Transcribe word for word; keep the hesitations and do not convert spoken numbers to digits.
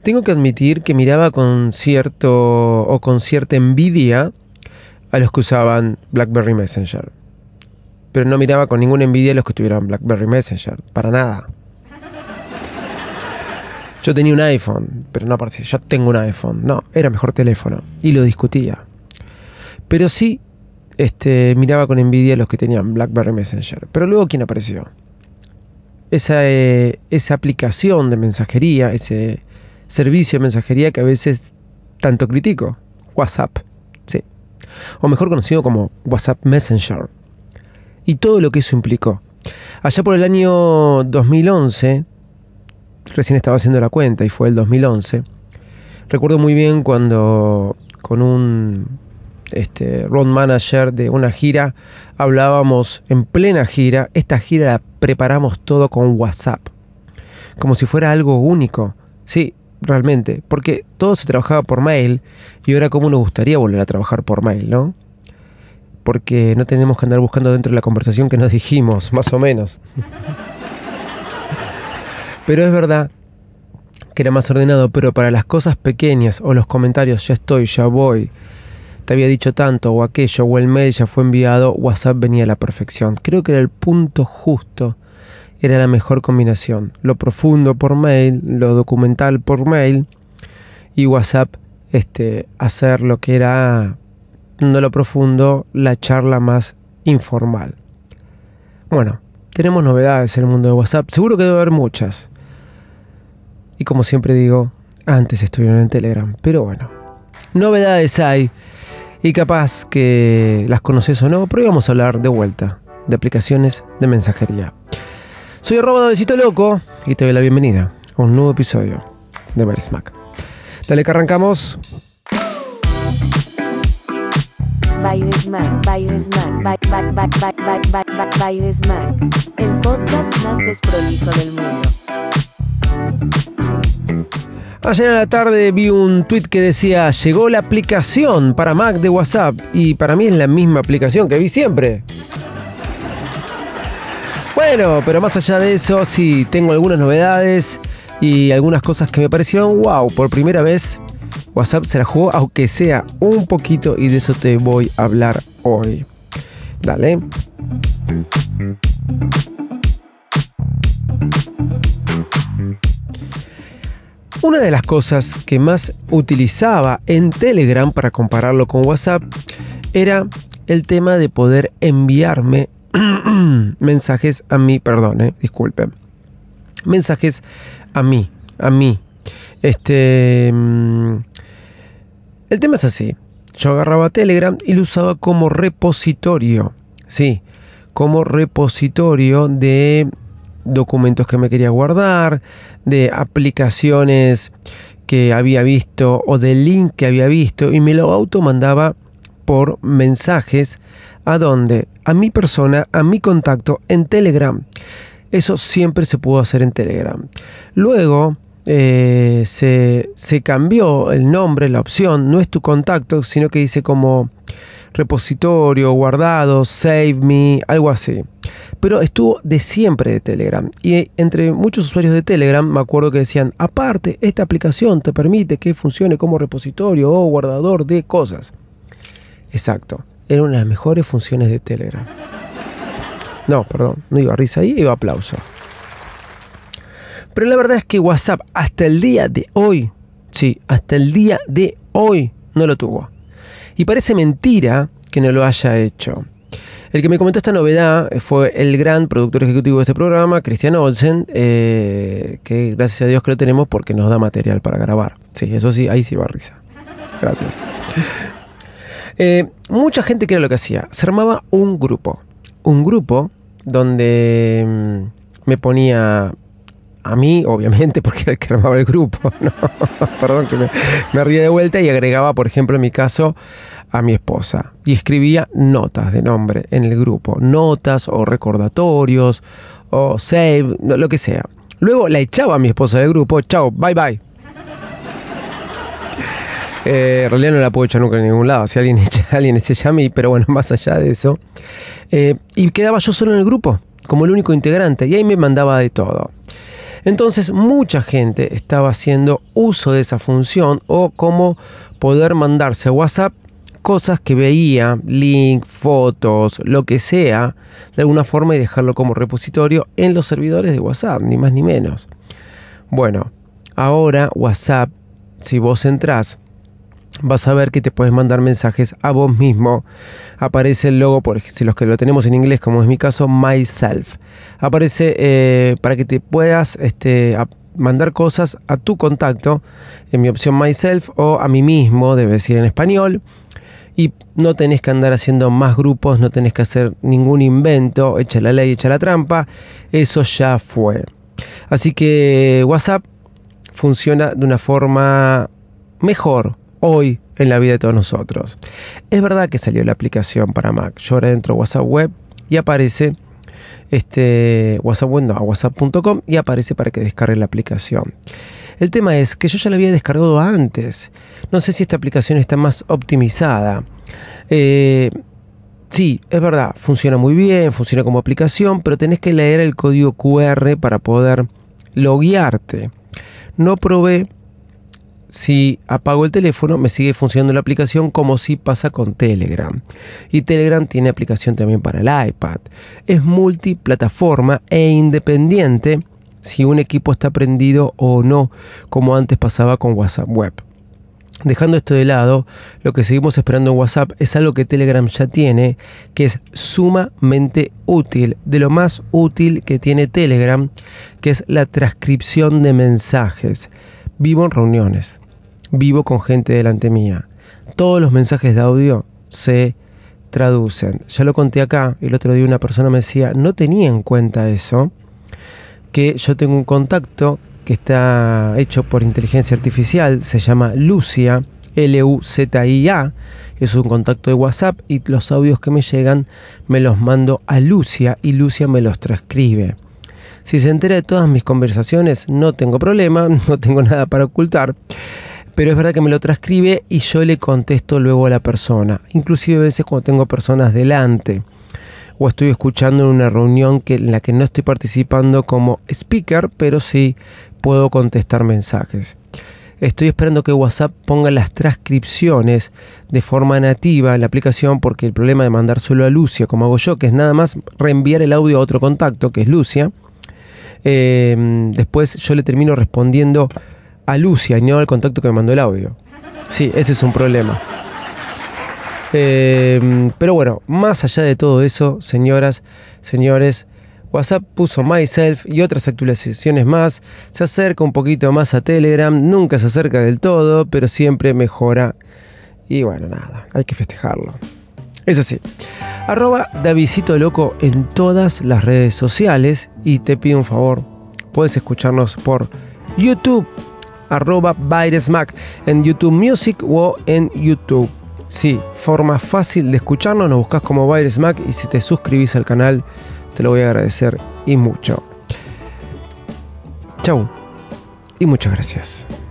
tengo que admitir que miraba con cierto o con cierta envidia a los que usaban BlackBerry Messenger. Pero no miraba con ninguna envidia a los que tuvieran BlackBerry Messenger. Para nada. Yo tenía un iPhone, pero no parecía, yo tengo un iPhone. No, era mejor teléfono. Y lo discutía. Pero sí, este, miraba con envidia a los que tenían BlackBerry Messenger. Pero luego, ¿quién apareció? Esa, eh, esa aplicación de mensajería, ese servicio de mensajería que a veces tanto critico. WhatsApp, sí. O mejor conocido como WhatsApp Messenger. Y todo lo que eso implicó. Allá por el año dos mil once... recién estaba haciendo la cuenta y fue el dos mil once. Recuerdo muy bien cuando con un este, road manager de una gira hablábamos en plena gira. Esta gira la preparamos todo con WhatsApp, como si fuera algo único. Sí, realmente, porque todo se trabajaba por mail y ahora cómo nos gustaría volver a trabajar por mail, ¿no? Porque no tenemos que andar buscando dentro de la conversación que nos dijimos, más o menos. Pero es verdad que era más ordenado, pero para las cosas pequeñas o los comentarios, ya estoy, ya voy, te había dicho tanto o aquello, o el mail ya fue enviado, WhatsApp venía a la perfección. Creo que era el punto justo, era la mejor combinación. Lo profundo por mail, lo documental por mail, y WhatsApp este, hacer lo que era, no lo profundo, la charla más informal. Bueno, tenemos novedades en el mundo de WhatsApp, seguro que debe haber muchas. Y como siempre digo, antes estuvieron en Telegram. Pero bueno, novedades hay. Y capaz que las conoces o no, pero hoy vamos a hablar de vuelta de aplicaciones de mensajería. Soy arroba Besito Loco y te doy la bienvenida a un nuevo episodio de Baires Mac. Dale que arrancamos. Baires Mac, Baires Mac, Baires Mac, el podcast más desprolijo del mundo. Ayer a la tarde vi un tweet que decía: llegó la aplicación para Mac de WhatsApp. Y para mí es la misma aplicación que vi siempre. Bueno, pero más allá de eso, sí, tengo algunas novedades y algunas cosas que me parecieron wow. Por primera vez WhatsApp se la jugó, aunque sea un poquito, y de eso te voy a hablar hoy. Dale. Una de las cosas que más utilizaba en Telegram para compararlo con WhatsApp era el tema de poder enviarme mensajes a mí, perdón, eh, disculpen, mensajes a mí, a mí. Este, el tema es así. Yo agarraba Telegram y lo usaba como repositorio, sí, como repositorio de documentos que me quería guardar, de aplicaciones que había visto o de link que había visto, y me lo automandaba por mensajes a donde, a mi persona, a mi contacto en Telegram. Eso siempre se pudo hacer en Telegram. Luego eh, se, se cambió el nombre, la opción, no es tu contacto, sino que dice como repositorio, guardado, save me, algo así. Pero estuvo de siempre de Telegram. Y entre muchos usuarios de Telegram me acuerdo que decían: aparte, esta aplicación te permite que funcione como repositorio o guardador de cosas. Exacto. Era una de las mejores funciones de Telegram. No, perdón, no iba risa ahí, iba aplauso. Pero la verdad es que WhatsApp hasta el día de hoy, sí, hasta el día de hoy no lo tuvo. Y parece mentira que no lo haya hecho. El que me comentó esta novedad fue el gran productor ejecutivo de este programa, Christian Olsen, eh, que gracias a Dios que lo tenemos porque nos da material para grabar. Sí, eso sí, ahí sí va risa. Gracias. Eh, mucha gente, ¿qué era lo que hacía? Se armaba un grupo. Un grupo donde mmm, me ponía a mí, obviamente, porque era el que armaba el grupo. No, perdón que me, me ría de vuelta, y agregaba, por ejemplo, en mi caso, a mi esposa. Y escribía notas de nombre en el grupo. Notas o recordatorios o save, lo que sea. Luego la echaba a mi esposa del grupo. Chao, bye bye. Eh, en realidad no la puedo echar nunca en ningún lado. Si alguien echa a alguien, se llama, pero bueno, más allá de eso. Eh, y quedaba yo solo en el grupo, como el único integrante. Y ahí me mandaba de todo. Entonces mucha gente estaba haciendo uso de esa función o cómo poder mandarse a WhatsApp cosas que veía, link, fotos, lo que sea, de alguna forma y dejarlo como repositorio en los servidores de WhatsApp, ni más ni menos. Bueno, ahora WhatsApp, si vos entrás, vas a ver que te puedes mandar mensajes a vos mismo. Aparece el logo, por si los que lo tenemos en inglés, como es mi caso, Myself. Aparece eh, para que te puedas este, a, mandar cosas a tu contacto, en mi opción Myself, o a mí mismo, debe decir en español. Y no tenés que andar haciendo más grupos, no tenés que hacer ningún invento, echa la ley, echa la trampa. Eso ya fue. Así que WhatsApp funciona de una forma mejor hoy en la vida de todos nosotros. Es verdad que salió la aplicación para Mac. Yo ahora entro a WhatsApp Web y aparece este WhatsApp Web, no, a whatsapp punto com y aparece para que descargue la aplicación. El tema es que yo ya la había descargado antes. No sé si esta aplicación está más optimizada. Eh, sí, es verdad, funciona muy bien, funciona como aplicación, pero tenés que leer el código cu erre para poder loguearte. No probé si apago el teléfono, me sigue funcionando la aplicación como si pasa con Telegram. Y Telegram tiene aplicación también para el iPad. Es multiplataforma e independiente si un equipo está prendido o no, como antes pasaba con WhatsApp Web. Dejando esto de lado, lo que seguimos esperando en WhatsApp es algo que Telegram ya tiene, que es sumamente útil, de lo más útil que tiene Telegram, que es la transcripción de mensajes. Vivo en reuniones, vivo con gente delante mía. Todos los mensajes de audio se traducen. Ya lo conté acá, el otro día una persona me decía, no tenía en cuenta eso, que yo tengo un contacto que está hecho por inteligencia artificial, se llama Lucia, L U Z I A, es un contacto de WhatsApp y los audios que me llegan me los mando a Lucia y Lucia me los transcribe. Si se entera de todas mis conversaciones, no tengo problema, no tengo nada para ocultar, pero es verdad que me lo transcribe y yo le contesto luego a la persona, inclusive a veces cuando tengo personas delante o estoy escuchando en una reunión que, en la que no estoy participando como speaker, pero sí puedo contestar mensajes. Estoy esperando que WhatsApp ponga las transcripciones de forma nativa en la aplicación, porque el problema de mandar solo a Lucia, como hago yo, que es nada más reenviar el audio a otro contacto, que es Lucia, eh, después yo le termino respondiendo a Lucia y no al contacto que me mandó el audio. Sí, ese es un problema. Eh, pero bueno, más allá de todo eso, señoras, señores, WhatsApp puso Myself y otras actualizaciones más. Se acerca un poquito más a Telegram, nunca se acerca del todo, pero siempre mejora. Y bueno, nada, hay que festejarlo. Es así. Arroba Davidcito Loco en todas las redes sociales. Y te pido un favor, puedes escucharnos por YouTube, arroba ByresMac, en YouTube Music o en YouTube. Sí, forma fácil de escucharnos, nos buscas como ByresMac y si te suscribís al canal te lo voy a agradecer y mucho. Chau y muchas gracias.